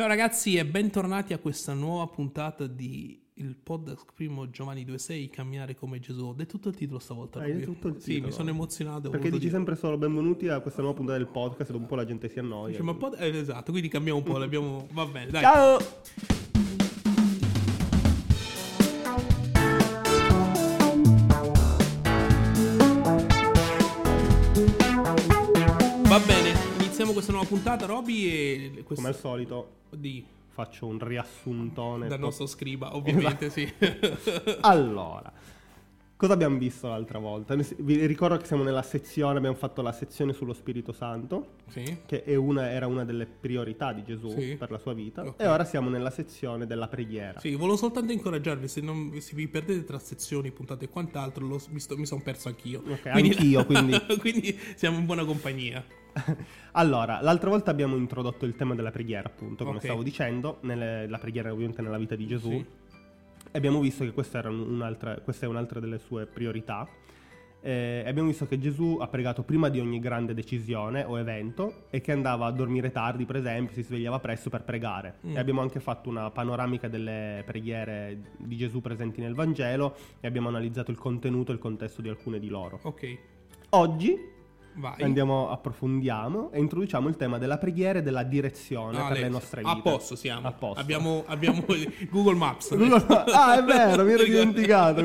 Ciao ragazzi e bentornati a questa nuova puntata di il podcast primo Giovanni 2.6 Camminare come Gesù. Ho detto tutto il titolo stavolta. Hai detto tutto il titolo? Sì, mi sono emozionato. Perché dici sempre solo benvenuti a questa nuova puntata del podcast e dopo un po' la gente si annoia. Cioè, esatto, quindi cambiamo un po', l'abbiamo... Va bene, dai. Ciao! Va bene, iniziamo questa nuova puntata, Roby, e... Come al solito faccio un riassuntone dal nostro scriba, ovviamente. Esatto. Sì. Allora, cosa abbiamo visto l'altra volta? Vi ricordo che siamo nella sezione, abbiamo fatto la sezione sullo Spirito Santo, Sì. che era una delle priorità di Gesù per la sua vita, Ok. e ora siamo nella sezione della preghiera. Sì, volevo soltanto incoraggiarvi, se vi perdete tra sezioni, puntate e quant'altro, mi sono perso anch'io. Ok, anch'io, quindi. Quindi siamo in buona compagnia. Allora, l'altra volta abbiamo introdotto il tema della preghiera, appunto, come Ok. stavo dicendo, la preghiera ovviamente nella vita di Gesù, Sì. e abbiamo visto che questa è un'altra delle sue priorità. Abbiamo visto che Gesù ha pregato prima di ogni grande decisione o evento e che andava a dormire tardi, per esempio, si svegliava presto per pregare. E abbiamo anche fatto una panoramica delle preghiere di Gesù presenti nel Vangelo e abbiamo analizzato il contenuto e il contesto di alcune di loro. Ok, Oggi vai. approfondiamo e introduciamo il tema della preghiera e della direzione per le nostre vite. A posto siamo. A posto. Abbiamo Google Maps. Ah, è vero, mi ero dimenticato.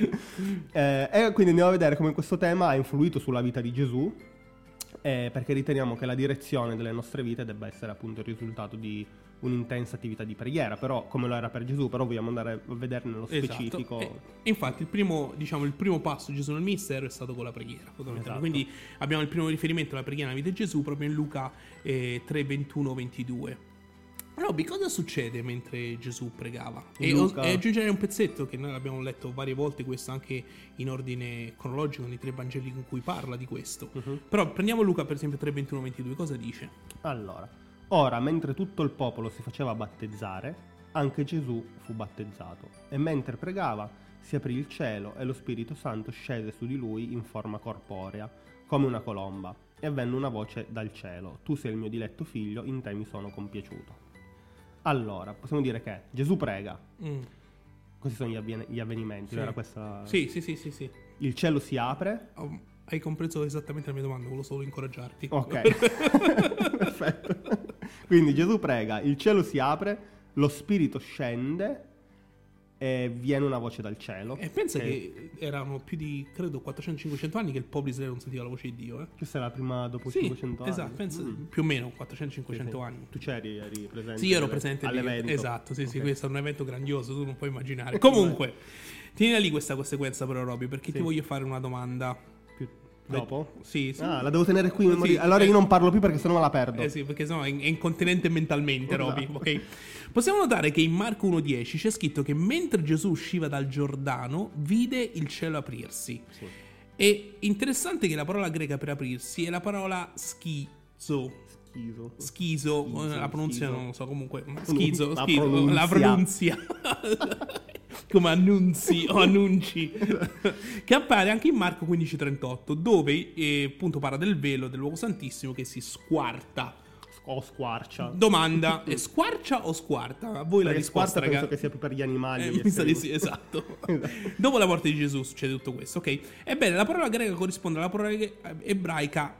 E quindi andiamo a vedere come questo tema ha influito sulla vita di Gesù, perché riteniamo che la direzione delle nostre vite debba essere appunto il risultato di un'intensa attività di preghiera, però come lo era per Gesù, però vogliamo andare a vedere nello specifico. Esatto. E infatti il primo passo di Gesù nel ministero è stato con la preghiera, fondamentalmente. Esatto. Quindi abbiamo il primo riferimento alla preghiera nella vita di Gesù proprio in Luca 3, 21, 22. Robby, cosa succede mentre Gesù pregava? E aggiungerei un pezzetto che noi l'abbiamo letto varie volte, questo anche in ordine cronologico nei 3 Vangeli in cui parla di questo. Però prendiamo Luca per esempio 3, 21, 22, cosa dice? Allora, ora, mentre tutto il popolo si faceva battezzare, anche Gesù fu battezzato. E mentre pregava, si aprì il cielo e lo Spirito Santo scese su di lui in forma corporea, come una colomba. E venne una voce dal cielo: tu sei il mio diletto figlio, in te mi sono compiaciuto. Allora, possiamo dire che Gesù prega. Questi sono gli avvenimenti, Sì. non era questa... Sì. Il cielo si apre. Hai compreso esattamente la mia domanda, volevo solo incoraggiarti. Ok, perfetto. Quindi Gesù prega, il cielo si apre, lo Spirito scende e viene una voce dal cielo. E pensa che erano più di, credo, 400-500 anni che il popolo di Israele non sentiva la voce di Dio. Questa è la prima dopo Sì, 500 anni. esatto, pensa, più o meno 400-500 anni. Tu eri presente? Sì, ero presente lì. all'evento. Esatto, sì, Ok. questo è un evento grandioso, tu non puoi immaginare. Comunque, tieni lì questa sequenza però, Robby, perché ti voglio fare una domanda. Dopo? Sì. Ah, la devo tenere qui in memoria. Sì, allora io non parlo più perché sennò me la perdo. Sì, perché sennò è incontinente mentalmente, Esatto. Robby, ok? Possiamo notare che in Marco 1,10 c'è scritto che mentre Gesù usciva dal Giordano vide il cielo aprirsi. Sì. È interessante che la parola greca per aprirsi è la parola schizo. Schizo, la pronuncia non lo so, comunque schizo, la pronuncia come annunzi o annunci che appare anche in Marco 15:38 dove appunto parla del velo del luogo santissimo che si squarta. O squarcia. Domanda, è squarcia o squarta? A voi la Perché risposta, squarcia penso raga? che sia più per gli animali. Mi sa di sì, esatto. Dopo la morte di Gesù succede tutto questo, ok? Ebbene, la parola greca corrisponde alla parola ebraica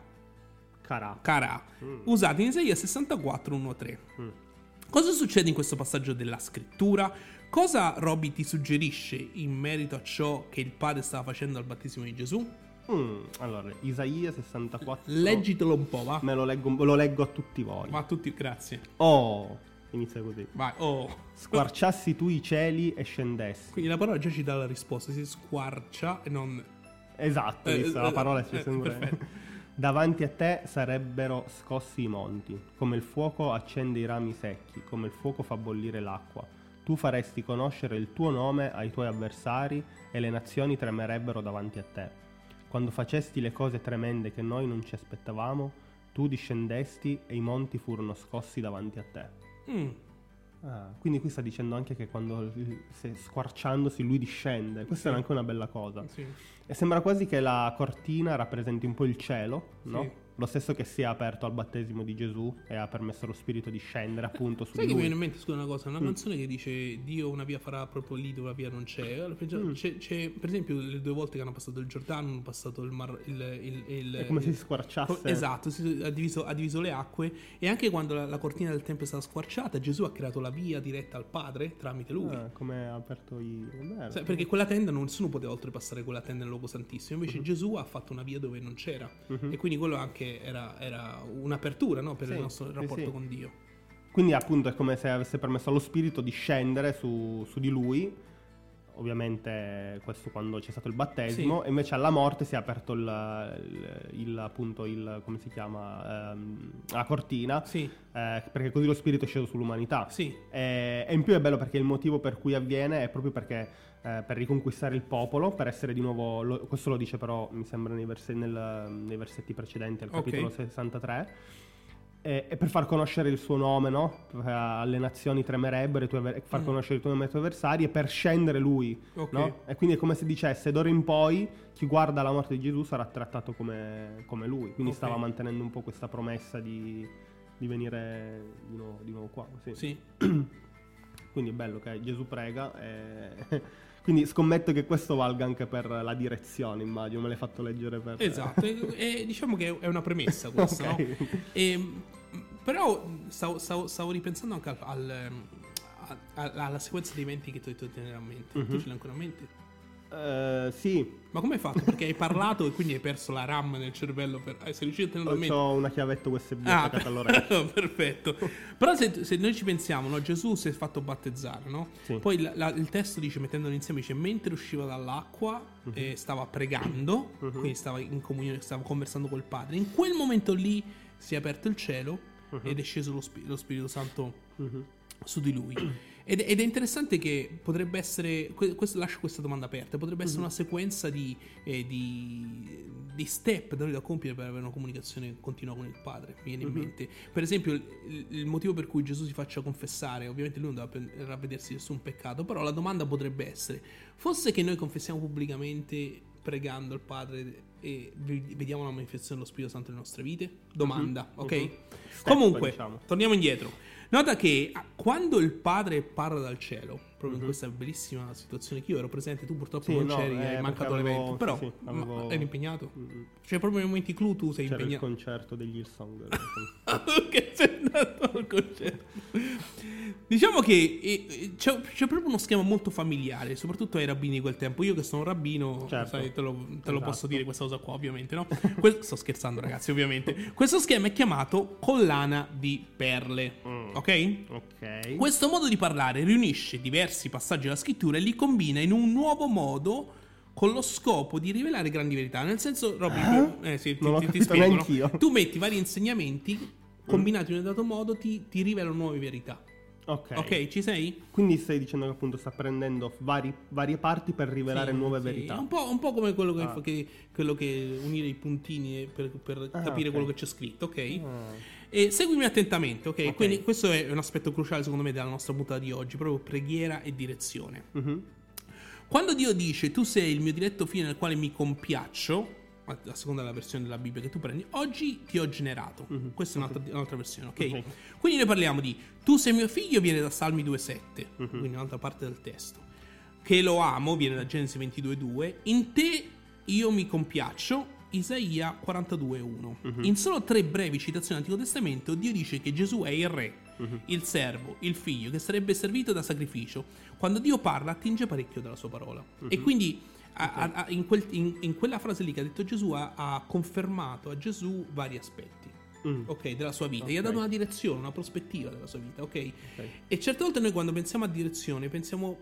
Kara, usata in Isaia 64:1-3. Cosa succede in questo passaggio della scrittura? Cosa Robby ti suggerisce in merito a ciò che il padre stava facendo al battesimo di Gesù? Allora, Isaia 64. Leggitelo un po', va? Lo leggo a tutti voi. Ma a tutti, grazie. Oh, inizia così. Vai, oh. Squarciassi tu i cieli e scendessi. Quindi la parola già ci dà la risposta, si squarcia e non... Esatto, la parola ci sembra. perfetto. Davanti a te sarebbero scossi i monti, come il fuoco accende i rami secchi, come il fuoco fa bollire l'acqua. Tu faresti conoscere il tuo nome ai tuoi avversari e le nazioni tremerebbero davanti a te. Quando facesti le cose tremende che noi non ci aspettavamo, tu discendesti e i monti furono scossi davanti a te. Quindi qui sta dicendo anche che quando squarciandosi lui discende. Questa è anche una bella cosa. Sì. E sembra quasi che la cortina rappresenti un po' il cielo, no? Sì. lo stesso che si è aperto al battesimo di Gesù e ha permesso allo Spirito di scendere appunto su Sai di che mi lui. viene in mente, scusa, una cosa, una canzone che dice Dio una via farà proprio lì dove una via non c'è. Allora, c'è, per esempio, le 2 volte che hanno passato il Giordano, hanno passato il mar, è come se si squarciasse. Esatto, ha diviso le acque, e anche quando la cortina del tempio è stata squarciata, Gesù ha creato la via diretta al Padre tramite lui. Come ha aperto Perché quella tenda, nessuno poteva oltrepassare quella tenda nel luogo santissimo, invece Gesù ha fatto una via dove non c'era, e quindi quello anche era un'apertura, no, per il nostro rapporto con Dio. Quindi appunto è come se avesse permesso allo Spirito di scendere su di lui, ovviamente questo quando c'è stato il battesimo, e invece alla morte si è aperto appunto come si chiama, la cortina, perché così lo Spirito è sceso sull'umanità. E in più è bello perché il motivo per cui avviene è proprio perché per riconquistare il popolo, per essere di nuovo, questo lo dice però mi sembra nei versetti precedenti al capitolo 63, e per far conoscere il suo nome, no? Alle nazioni tremerebbero, far conoscere il tuo nome ai tuoi avversari, e per scendere lui, no? E quindi è come se dicesse: d'ora in poi chi guarda la morte di Gesù sarà trattato come lui. Quindi stava mantenendo un po' questa promessa di venire di nuovo qua. Sì. Quindi è bello che Gesù prega, quindi scommetto che questo valga anche per la direzione, immagino, me l'hai fatto leggere per... Esatto, e diciamo che è una premessa questa, no? Però stavo ripensando anche alla sequenza di eventi che tu hai detto tenere a mente. Tu ce l'hai ancora a mente? Sì. Ma come hai fatto? Perché hai parlato e quindi hai perso la RAM nel cervello. Sei riuscito a tenerlo a mente? Ho una chiavetta USB attaccata all'orecchio. Perfetto. Però se noi ci pensiamo, no? Gesù si è fatto battezzare, no? Poi il testo dice, mettendolo insieme, dice: mentre usciva dall'acqua stava pregando, quindi stava in comunione, stava conversando col Padre. In quel momento lì si è aperto il cielo ed è sceso lo Spirito Santo su di lui. Ed è interessante che potrebbe essere, lascio questa domanda aperta, potrebbe essere una sequenza di step da noi da compiere per avere una comunicazione continua con il Padre. Mi viene in mente, per esempio, il motivo per cui Gesù si faccia confessare. Ovviamente lui non deve ravvedersi nessun peccato, però la domanda potrebbe essere: fosse che noi confessiamo pubblicamente pregando al Padre e vediamo la manifestazione dello Spirito Santo nelle nostre vite? Domanda, ok? Step, comunque, diciamo. Torniamo indietro. Nota che quando il Padre parla dal cielo, proprio in questa bellissima situazione, che io ero presente, tu purtroppo non c'eri, hai mancato l'evento, però eri impegnato? Cioè proprio nei momenti clou tu sei impegnato. C'era il concerto degli Hillsong. Che sei andato al concerto. Diciamo che c'è proprio uno schema molto familiare, soprattutto ai rabbini di quel tempo. Io che sono un rabbino, sai, te lo posso dire questa cosa qua, ovviamente, no? Sto scherzando, ragazzi, ovviamente. Questo schema è chiamato collana di perle, ok? Questo modo di parlare riunisce diversi passaggi della scrittura e li combina in un nuovo modo con lo scopo di rivelare grandi verità. Nel senso, Robby, ti spiego, no? Tu metti vari insegnamenti combinati in un dato modo, ti rivelano nuove verità. Ok, ci sei? Quindi stai dicendo che appunto sta prendendo varie parti per rivelare nuove verità. È un po' come quello che unire i puntini per capire quello che c'è scritto, ok? E seguimi attentamente, ok? Quindi questo è un aspetto cruciale secondo me della nostra puntata di oggi, proprio preghiera e direzione. Quando Dio dice: tu sei il mio diletto figlio nel quale mi compiaccio, a seconda della versione della Bibbia che tu prendi, oggi ti ho generato. Questa è un'altra versione, ok? Quindi noi parliamo di tu sei mio figlio, viene da Salmi 2,7, quindi un'altra parte del testo. Che lo amo, viene da Genesi 22,2. In te io mi compiaccio, Isaia 42,1. In solo 3 brevi citazioni dell'Antico Testamento Dio dice che Gesù è il re, il servo, il figlio che sarebbe servito da sacrificio. Quando Dio parla attinge parecchio dalla sua parola. E quindi in quella frase lì che ha detto Gesù ha confermato a Gesù vari aspetti della sua vita, gli ha dato una direzione, una prospettiva della sua vita, e certe volte noi quando pensiamo a direzione pensiamo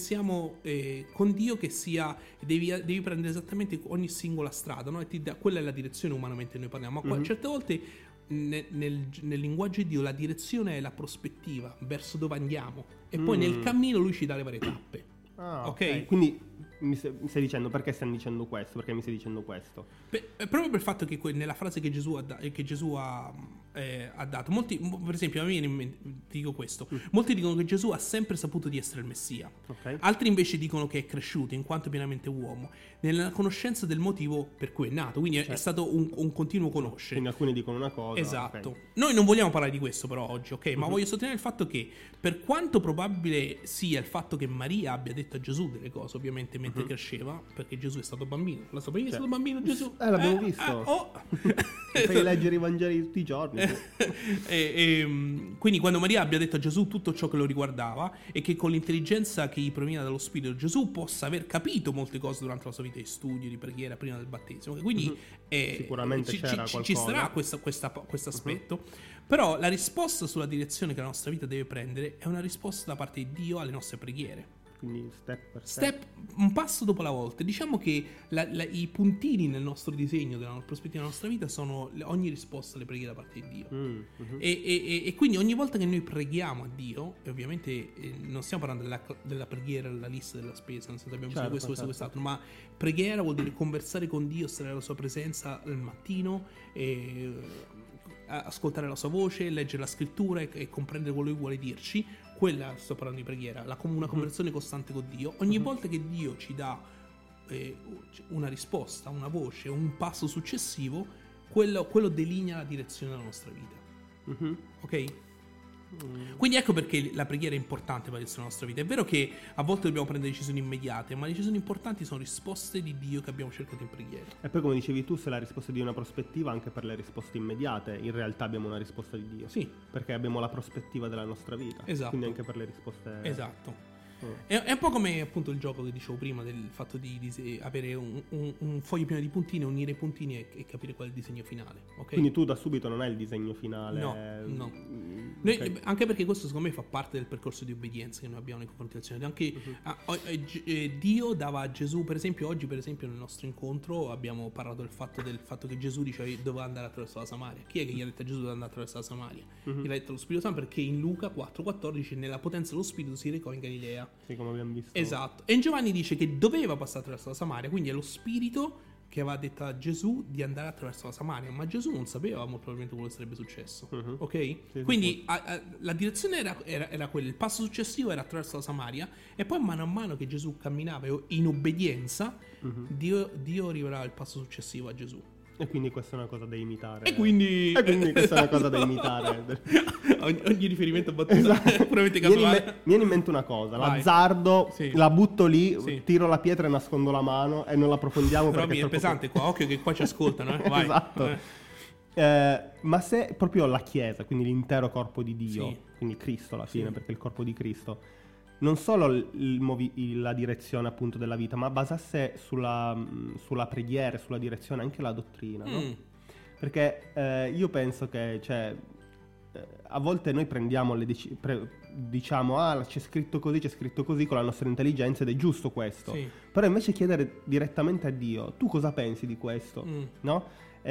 con Dio che sia devi prendere esattamente ogni singola strada, no? E quella è la direzione umanamente noi parliamo, ma certe volte nel linguaggio di Dio la direzione è la prospettiva verso dove andiamo, e poi nel cammino lui ci dà le varie tappe. Ok. Quindi mi stai dicendo, perché stiamo dicendo questo? Perché mi stai dicendo questo? Proprio per il fatto che nella frase che Gesù ha ha dato. Molti, per esempio, a me ti dico questo: molti dicono che Gesù ha sempre saputo di essere il Messia, altri invece dicono che è cresciuto in quanto pienamente uomo nella conoscenza del motivo per cui è nato, quindi è stato un continuo conoscere. Quindi alcuni dicono una cosa. Esatto. Noi non vogliamo parlare di questo però oggi, ok? Ma voglio sottolineare il fatto che, per quanto probabile sia il fatto che Maria abbia detto a Gesù delle cose, ovviamente mentre cresceva, perché Gesù è stato bambino, la sapevi, è stato bambino Gesù? L'abbiamo visto. Fai leggere i Vangeli tutti i giorni. Quindi quando Maria abbia detto a Gesù tutto ciò che lo riguardava, e che con l'intelligenza che gli proveniva dallo Spirito Gesù possa aver capito molte cose durante la sua vita di studio, di preghiera prima del battesimo, quindi sicuramente ci sarà questo aspetto. Però la risposta sulla direzione che la nostra vita deve prendere è una risposta da parte di Dio alle nostre preghiere. Quindi step per step, un passo dopo la volta. Diciamo che i puntini nel nostro disegno della prospettiva della nostra vita sono ogni risposta alle preghiere da parte di Dio. E quindi ogni volta che noi preghiamo a Dio, e ovviamente non stiamo parlando della preghiera, la lista della spesa, nel senso abbiamo bisogno di questo, quest'altro, ma preghiera vuol dire conversare con Dio, stare alla sua presenza al mattino, ascoltare la sua voce, leggere la scrittura e comprendere quello che vuole dirci. Quella sto parlando di preghiera, una conversazione costante con Dio. Ogni volta che Dio ci dà una risposta, una voce, un passo successivo, quello delinea la direzione della nostra vita. Ok? Quindi ecco perché la preghiera è importante per la direzione della nostra vita. È vero che a volte dobbiamo prendere decisioni immediate, ma le decisioni importanti sono risposte di Dio che abbiamo cercato in preghiera. E poi, come dicevi tu, se la risposta di una prospettiva, anche per le risposte immediate, in realtà abbiamo una risposta di Dio. Sì. Perché abbiamo la prospettiva della nostra vita. Esatto. Quindi anche per le risposte. Esatto. È un po' come appunto il gioco che dicevo prima, del fatto di avere un foglio pieno di puntini, unire i puntini e capire qual è il disegno finale. Okay? Quindi tu da subito non hai il disegno finale? No. Noi, anche perché questo secondo me fa parte del percorso di obbedienza che noi abbiamo nei confronti del Signore. Anche Dio dava a Gesù, per esempio oggi nel nostro incontro abbiamo parlato del fatto che Gesù dice doveva andare attraverso la Samaria. Chi è che gli ha detto a Gesù doveva andare attraverso la Samaria? Gli ha detto lo Spirito Santo, perché in Luca 4,14 nella potenza dello Spirito si recò in Galilea. Sì, come abbiamo visto. Esatto. E in Giovanni dice che doveva passare attraverso la Samaria, quindi è lo Spirito che aveva detto a Gesù di andare attraverso la Samaria, ma Gesù non sapeva molto probabilmente quello che sarebbe successo. Ok? Sì, quindi la direzione era quella, il passo successivo era attraverso la Samaria, e poi mano a mano che Gesù camminava in obbedienza, Dio rivelava il passo successivo a Gesù. E quindi questa è una cosa da imitare. E quindi questa è una cosa da imitare. ogni riferimento a battuta puramente casuale. Viene in mente una cosa: l'azzardo, la butto lì, tiro la pietra e nascondo la mano e non l'approfondiamo. Però è pesante qua, occhio che qua ci ascoltano. Vai. Esatto. Ma se proprio la Chiesa, quindi l'intero corpo di Dio, quindi Cristo alla fine, perché è il corpo di Cristo, non solo la direzione appunto della vita, ma basasse sulla preghiera, sulla direzione anche la dottrina, no? Perché io penso che a volte noi prendiamo diciamo c'è scritto così con la nostra intelligenza ed è giusto questo, però invece chiedere direttamente a Dio: tu cosa pensi di questo? No?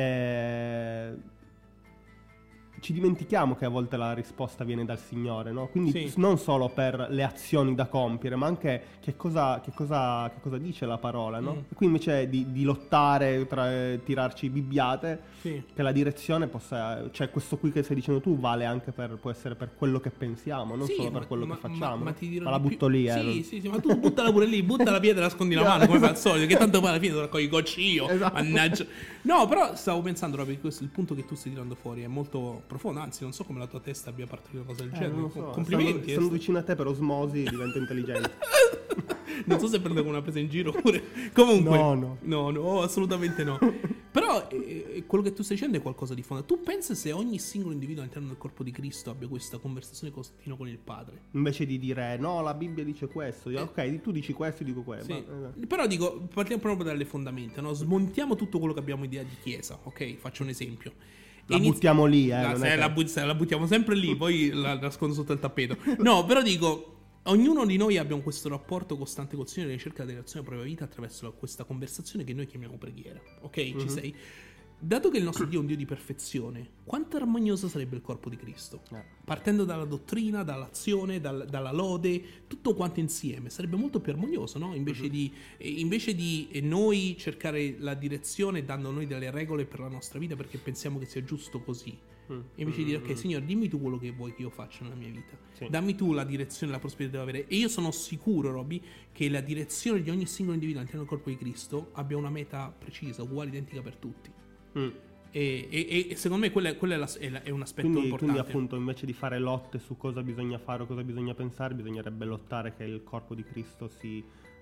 Ci dimentichiamo che a volte la risposta viene dal Signore, no? Quindi non solo per le azioni da compiere, ma anche che cosa dice la parola, no? E qui invece di lottare, tirarci bibbiate, che la direzione possa, questo qui che stai dicendo tu vale anche può essere per quello che pensiamo, non solo per quello che facciamo. Ma la butto lì, Sì, ma tu buttala pure lì, butta la pietra e nascondi la mano, come fa al solito, che tanto poi alla fine lo raccogli io. Esatto. Mannaggia. No, però stavo pensando proprio che questo, il punto che tu stai tirando fuori è molto profondo, anzi non so come la tua testa abbia partorito una cosa del genere. Non so. Complimenti. Sono vicino a te per osmosi, divento intelligente. Non so se prendo come una presa in giro oppure comunque no, assolutamente no. Però quello che tu stai dicendo è qualcosa di fondamentale. Tu pensi se ogni singolo individuo all'interno del corpo di Cristo abbia questa conversazione continua con il Padre, invece di dire no, la Bibbia dice questo, ok, tu dici questo, io dico questo, però dico, partiamo proprio dalle fondamenta, no? Smontiamo tutto quello che abbiamo idea di Chiesa, ok? Faccio un esempio. La buttiamo lì, la buttiamo sempre lì, poi la nascondo sotto il tappeto. No, però dico, ognuno di noi abbiamo questo rapporto costante col Signore, ricerca della relazione propria vita attraverso questa conversazione che noi chiamiamo preghiera, ok? Ci sei? Dato che il nostro Dio è un Dio di perfezione, quanto armonioso sarebbe il corpo di Cristo? Partendo dalla dottrina, dall'azione, dalla lode, tutto quanto insieme sarebbe molto più armonioso, no? Invece di noi cercare la direzione dando noi delle regole per la nostra vita perché pensiamo che sia giusto così, Invece di dire, ok, Signore, dimmi tu quello che vuoi che io faccia nella mia vita. Dammi tu la direzione, la prosperità che devo avere. E io sono sicuro, Robby, che la direzione di ogni singolo individuo all'interno del corpo di Cristo abbia una meta precisa, uguale, identica per tutti. E secondo me quella è un aspetto importante. Quindi appunto, invece di fare lotte su cosa bisogna fare o cosa bisogna pensare, bisognerebbe lottare che il corpo di Cristo si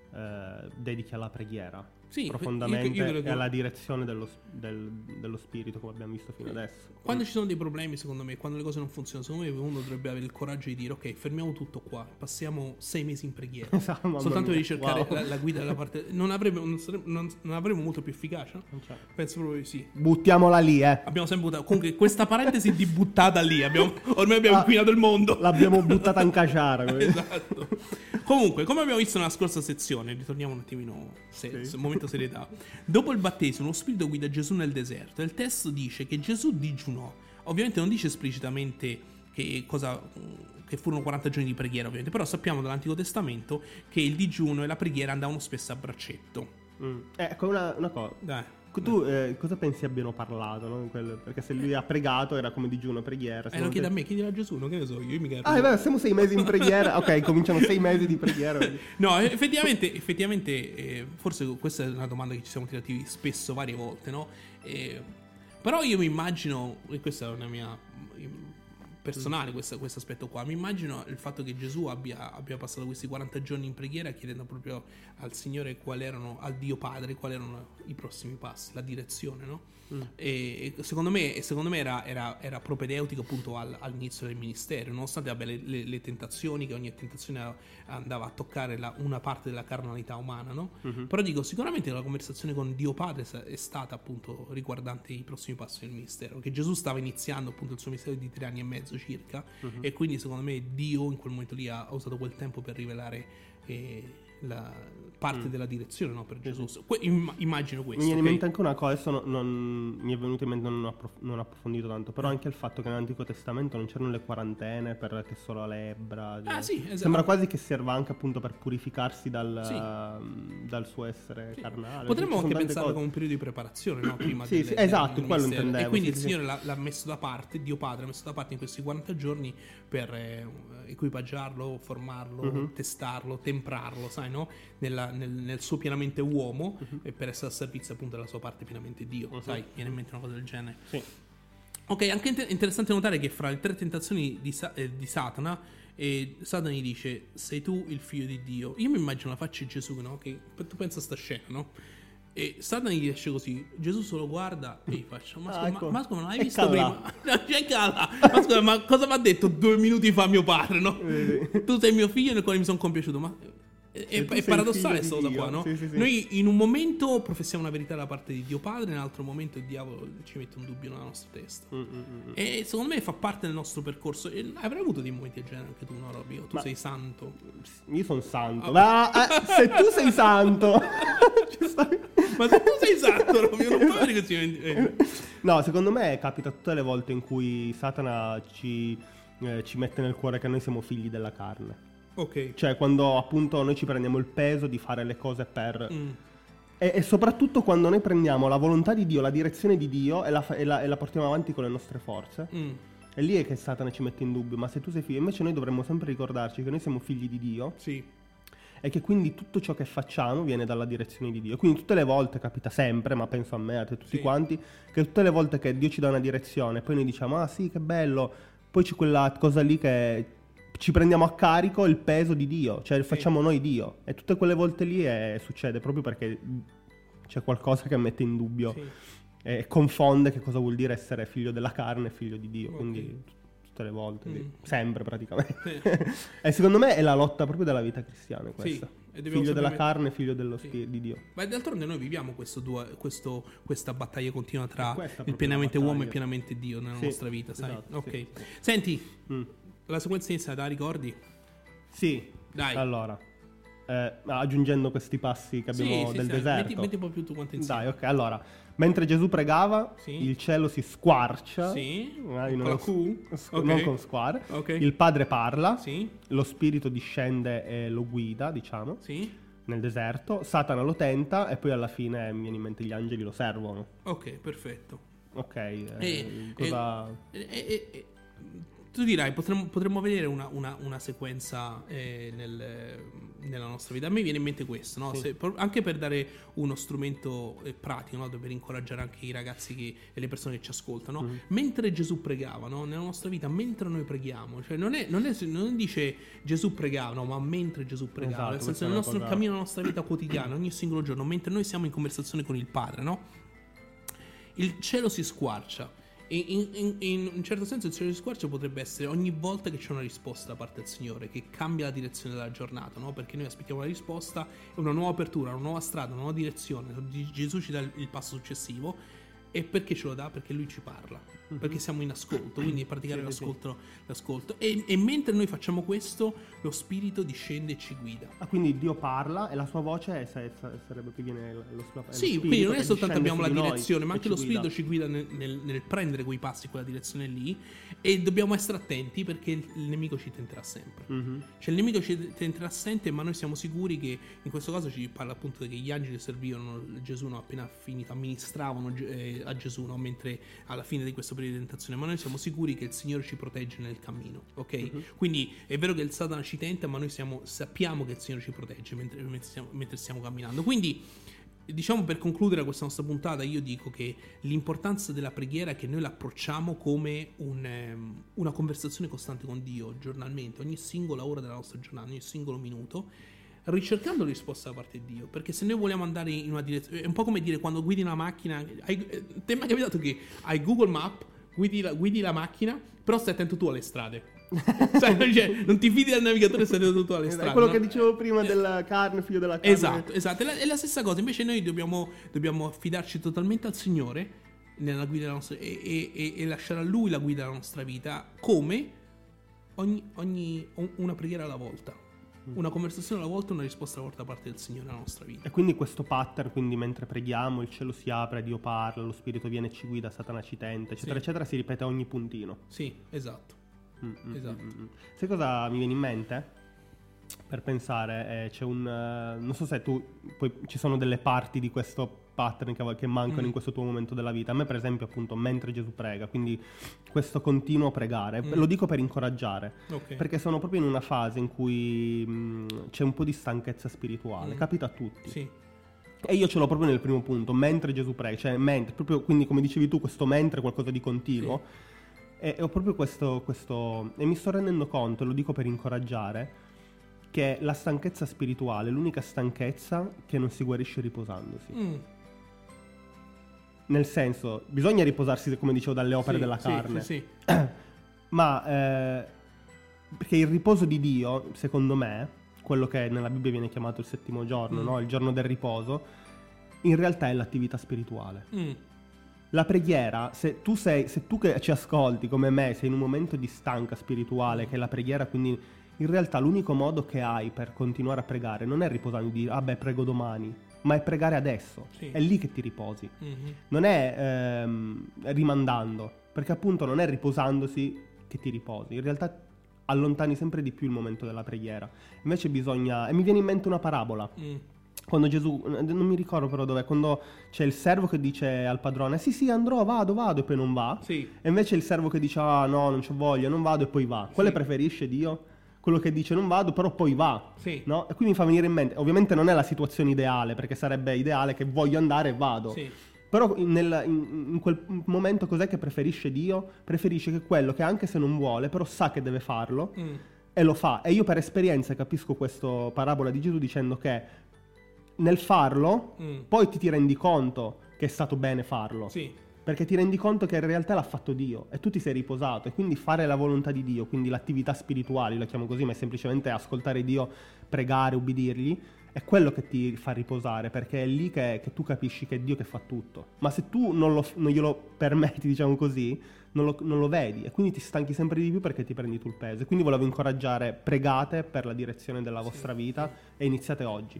dedichi alla preghiera, profondamente, e alla direzione dello spirito, come abbiamo visto fino adesso. Quando ci sono dei problemi, secondo me, quando le cose non funzionano, secondo me uno dovrebbe avere il coraggio di dire, ok, fermiamo tutto qua, passiamo 6 mesi in preghiera, soltanto per ricercare la guida della parte. Non avremo molto più efficacia? Penso proprio di sì. Buttiamola lì, Abbiamo sempre buttato. Comunque questa parentesi di buttata lì, ormai abbiamo inquinato il mondo. L'abbiamo buttata in caciara. Esatto. Comunque, come abbiamo visto nella scorsa sezione, ritorniamo un attimino, momento serietà. Dopo il battesimo, lo Spirito guida Gesù nel deserto e il testo dice che Gesù digiunò. Ovviamente non dice esplicitamente che furono 40 giorni di preghiera, ovviamente, però sappiamo dall'Antico Testamento che il digiuno e la preghiera andavano spesso a braccetto. Ecco una cosa. Tu cosa pensi abbiano parlato, no? Perché se lui ha pregato era come digiuno e preghiera. Lo chiede a me, chiedi a Gesù, non che ne so, io mica. Siamo 6 mesi in preghiera. Ok, cominciano 6 mesi di preghiera. No, effettivamente forse questa è una domanda che ci siamo tirati spesso, varie volte, no? Però io mi immagino, e questa è una mia personale, questo aspetto qua, mi immagino il fatto che Gesù abbia passato questi 40 giorni in preghiera chiedendo proprio al Signore al Dio Padre quali erano i prossimi passi, la direzione, no? E secondo me era propedeutico appunto all'inizio del ministero, nonostante abbia le tentazioni, che ogni tentazione andava a toccare una parte della carnalità umana, no? Però dico, sicuramente la conversazione con Dio Padre è stata appunto riguardante i prossimi passi del ministero, che Gesù stava iniziando appunto il suo ministero di 3 anni e mezzo circa, e quindi secondo me Dio in quel momento lì ha usato quel tempo per rivelare la parte della direzione, no, per Gesù. Immagino questo. Mi viene in mente anche una cosa, adesso non mi è venuto in mente, non ho approfondito tanto, però anche il fatto che nell'Antico Testamento non c'erano le quarantene perché solo la lebbra. Sì, esatto. Sembra quasi che serva anche appunto per purificarsi dal suo essere carnale. Potremmo anche pensarlo come un periodo di preparazione, no? Prima esatto, quello intendevo. E quindi il Signore l'ha messo da parte, Dio Padre ha messo da parte in questi 40 giorni per equipaggiarlo, formarlo, testarlo, temprarlo, sai, no? Nel suo pienamente uomo, e per essere al servizio appunto della sua parte pienamente Dio, sai, viene in mente una cosa del genere. Ok, anche interessante notare che fra le 3 tentazioni di Satana, Satana gli dice: sei tu il figlio di Dio. Io mi immagino la faccia di Gesù, no? Che tu pensa a sta scena, no? E Satana gli esce così, Gesù solo guarda e gli faccio: ma scusa, non l'hai visto prima? Ma scusa, ma cosa mi ha detto 2 minuti fa mio padre, no? Tu sei mio figlio nel quale mi sono compiaciuto. Ma è paradossale questa cosa qua, no? Sì. Noi in un momento professiamo una verità da parte di Dio Padre, nell'altro momento il diavolo ci mette un dubbio nella nostra testa. E secondo me fa parte del nostro percorso. E avrai avuto dei momenti del genere anche tu, no, Robby? Tu sei santo. Io sono santo. Se tu sei santo. Ma se tu sei santo, Robby, non puoi avere questi momenti. No, secondo me capita tutte le volte in cui Satana ci mette nel cuore che noi siamo figli della carne. Ok. Cioè quando appunto noi ci prendiamo il peso di fare le cose per e soprattutto quando noi prendiamo la volontà di Dio, la direzione di Dio e la portiamo avanti con le nostre forze. E lì è che Satana ci mette in dubbio. Ma se tu sei figlio, invece noi dovremmo sempre ricordarci che noi siamo figli di Dio. Sì. E che quindi tutto ciò che facciamo viene dalla direzione di Dio. Quindi tutte le volte, capita sempre, ma penso a me, a te, tutti quanti, che tutte le volte che Dio ci dà una direzione, poi noi diciamo: ah sì, che bello, poi c'è quella cosa lì che ci prendiamo a carico il peso di Dio, cioè facciamo noi Dio. E tutte quelle volte lì succede proprio perché c'è qualcosa che mette in dubbio e confonde che cosa vuol dire essere figlio della carne e figlio di Dio. Quindi tutte le volte, sempre praticamente. E secondo me è la lotta proprio della vita cristiana questa. Figlio della carne, figlio dello spirito di Dio. Ma d'altronde noi viviamo questa battaglia continua tra il pienamente uomo e pienamente Dio nella nostra vita, sai? Esatto, ok. Senti, la sequenza iniziale, la ricordi? Sì. Dai. Allora, aggiungendo questi passi che abbiamo del deserto. Metti un po' più tu quanto insieme. Dai, ok. Allora, mentre Gesù pregava, il cielo si squarcia. Non con squar. Il Padre parla. Lo Spirito discende e lo guida, diciamo. Nel deserto. Satana lo tenta e poi alla fine mi viene in mente gli angeli lo servono. Ok, perfetto. Ok. Tu dirai, potremmo vedere una sequenza nella nostra vita. A me viene in mente questo, no? Sì. Anche per dare uno strumento pratico, no? Per incoraggiare anche i ragazzi e le persone che ci ascoltano. Mm-hmm. Mentre Gesù pregava, no? Nella nostra vita, mentre noi preghiamo, cioè non dice Gesù pregava, no? Ma mentre Gesù pregava, Esatto, nel senso nel nostro cammino, nella nostra vita quotidiana, ogni singolo giorno, mentre noi siamo in conversazione con il Padre, no? Il cielo si squarcia. In un certo senso il cielo si squarcia potrebbe essere ogni volta che c'è una risposta da parte del Signore che cambia la direzione della giornata, no? Perché noi aspettiamo una risposta, una nuova apertura, una nuova strada, una nuova direzione. Gesù ci dà il passo successivo. E perché ce lo dà? Perché Lui ci parla, perché siamo in ascolto, quindi praticare l'ascolto. E mentre noi facciamo questo, lo Spirito discende e ci guida. Quindi Dio parla e la sua voce sarebbe che viene lo Sì, quindi non è soltanto abbiamo la direzione, ma anche lo Spirito ci guida nel prendere quei passi, quella direzione lì. E dobbiamo essere attenti perché il nemico ci tenterà sempre. Cioè il nemico ci tenterà sempre, ma noi siamo sicuri che in questo caso ci parla appunto che gli angeli servivano Gesù, no? Appena finito amministravano a Gesù, no? Mentre alla fine di questo periodo di tentazione, ma noi siamo sicuri che il Signore ci protegge nel cammino, ok? Quindi è vero che il Satana ci tenta, ma noi sappiamo che il Signore ci protegge mentre stiamo camminando. Quindi diciamo, per concludere questa nostra puntata, io dico che l'importanza della preghiera è che noi l'approcciamo come una conversazione costante con Dio, giornalmente, ogni singola ora della nostra giornata, ogni singolo minuto, ricercando risposta da parte di Dio. Perché se noi vogliamo andare in una direzione, è un po' come dire quando guidi una macchina, ti è mai capitato che hai Google Map, guidi la macchina, però stai attento tu alle strade. Cioè, non ti fidi del navigatore, stai attento tu alle strade. È quello che dicevo prima della carne, figlio della carne. Esatto. È la stessa cosa. Invece noi dobbiamo affidarci totalmente al Signore nella guida della nostra, e lasciare a Lui la guida della nostra vita, come una preghiera alla volta. Una conversazione alla volta, una risposta alla volta da parte del Signore nella nostra vita. E quindi questo pattern, quindi mentre preghiamo il cielo si apre, Dio parla, lo Spirito viene e ci guida, Satana ci tenta, eccetera, eccetera, si ripete a ogni puntino. Sì, esatto. Sai cosa mi viene in mente? Per pensare, c'è non so se poi ci sono delle parti di questo pattern che mancano in questo tuo momento della vita. A me per esempio appunto mentre Gesù prega, quindi questo continuo pregare, lo dico per incoraggiare, perché sono proprio in una fase in cui c'è un po' di stanchezza spirituale, capita a tutti. Sì. E io ce l'ho proprio nel primo punto, mentre Gesù prega, cioè mentre, proprio, quindi come dicevi tu, questo mentre è qualcosa di continuo. Sì. E ho proprio questo e mi sto rendendo conto, lo dico per incoraggiare, che la stanchezza spirituale è l'unica stanchezza che non si guarisce riposandosi. Nel senso, bisogna riposarsi, come dicevo, dalle opere della carne. Sì. Ma perché il riposo di Dio, secondo me, quello che nella Bibbia viene chiamato il settimo giorno, no? Il giorno del riposo, in realtà è l'attività spirituale. La preghiera, se tu che ci ascolti come me sei in un momento di stanca spirituale, che è la preghiera, quindi in realtà l'unico modo che hai per continuare a pregare non è riposare e dire prego domani, ma è pregare adesso. Sì. È lì che ti riposi. Non è rimandando, perché appunto non è riposandosi che ti riposi. In realtà allontani sempre di più il momento della preghiera. Invece bisogna, e mi viene in mente una parabola. Quando Gesù, non mi ricordo però dov'è, quando c'è il servo che dice al padrone sì andrò, vado, e poi non va. Sì. E invece il servo che dice no, non c'ho voglia, non vado, e poi va. Quale preferisce Dio? Quello che dice non vado, però poi va. Sì. No? E qui mi fa venire in mente, ovviamente non è la situazione ideale, perché sarebbe ideale che voglio andare e vado. Sì. Però in quel momento cos'è che preferisce Dio? Preferisce che quello che anche se non vuole, però sa che deve farlo, e lo fa. E io per esperienza capisco questa parabola di Gesù dicendo che nel farlo, poi ti rendi conto che è stato bene farlo. Sì. Perché ti rendi conto che in realtà l'ha fatto Dio e tu ti sei riposato. E quindi fare la volontà di Dio, quindi l'attività spirituale, la chiamo così, ma è semplicemente ascoltare Dio, pregare, ubbidirgli, è quello che ti fa riposare, perché è lì che tu capisci che è Dio che fa tutto. Ma se tu non glielo permetti, diciamo così, non lo vedi, e quindi ti stanchi sempre di più perché ti prendi tu il peso. E quindi volevo incoraggiare, pregate per la direzione della vostra vita e iniziate oggi.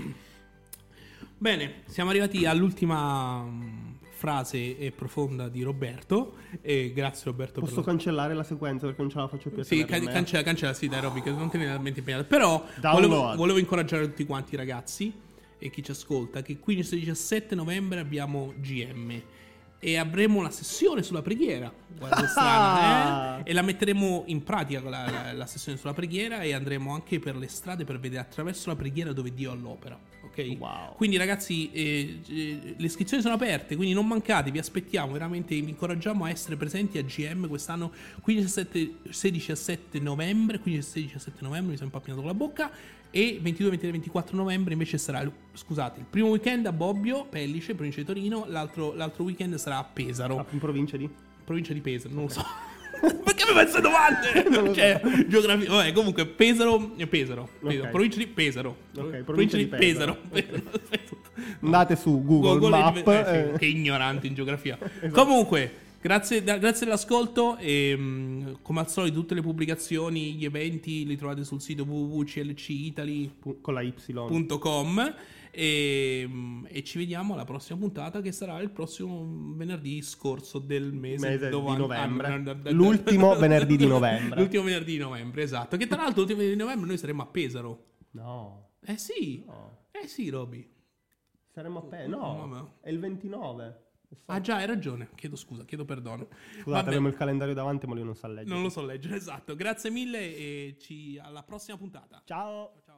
Bene, siamo arrivati all'ultima frase profonda di Roberto, e grazie Roberto. Posso cancellare la sequenza perché non ce la faccio più. Sì, cancella, sì, dai Robby, che non tenere la mente impegnata. Però volevo incoraggiare tutti quanti i ragazzi e chi ci ascolta che 15 e 17 novembre abbiamo GM. e avremo la sessione sulla preghiera. Guarda, strana, e la metteremo in pratica la sessione sulla preghiera, e andremo anche per le strade per vedere attraverso la preghiera dove Dio è all'opera. Ok? Wow. Quindi ragazzi, le iscrizioni sono aperte, quindi non mancate, vi aspettiamo, veramente vi incoraggiamo a essere presenti a GM quest'anno 16-17 novembre, mi sono impappinato con la bocca, e 22, 23, 24 novembre invece sarà, scusate, il primo weekend a Bobbio, Pellice, provincia di Torino, l'altro weekend sarà a Pesaro. In provincia di? Provincia di Pesaro, non lo so. Perché mi fai queste domande? Cioè, geografia. Vabbè, comunque Pesaro. Okay. Provincia di Pesaro. Ok, provincia di Pesaro. Andate su Google Map. Che ignorante in geografia. Esatto. Comunque, grazie dell'ascolto. E come al solito, tutte le pubblicazioni, gli eventi li trovate sul sito www.clcitaly.com. E ci vediamo alla prossima puntata, che sarà il prossimo venerdì scorso del mese di novembre. L'ultimo venerdì di novembre. L'ultimo venerdì di novembre, esatto. Che tra l'altro l'ultimo venerdì di novembre noi saremo a Pesaro. No. Sì. No. Sì, Roby. Saremo a Pesaro. No, è il 29. Ah già, hai ragione. Chiedo perdono. Scusate, abbiamo il calendario davanti, ma lui non sa leggere. Non lo so leggere, esatto. Grazie mille e alla prossima puntata. Ciao.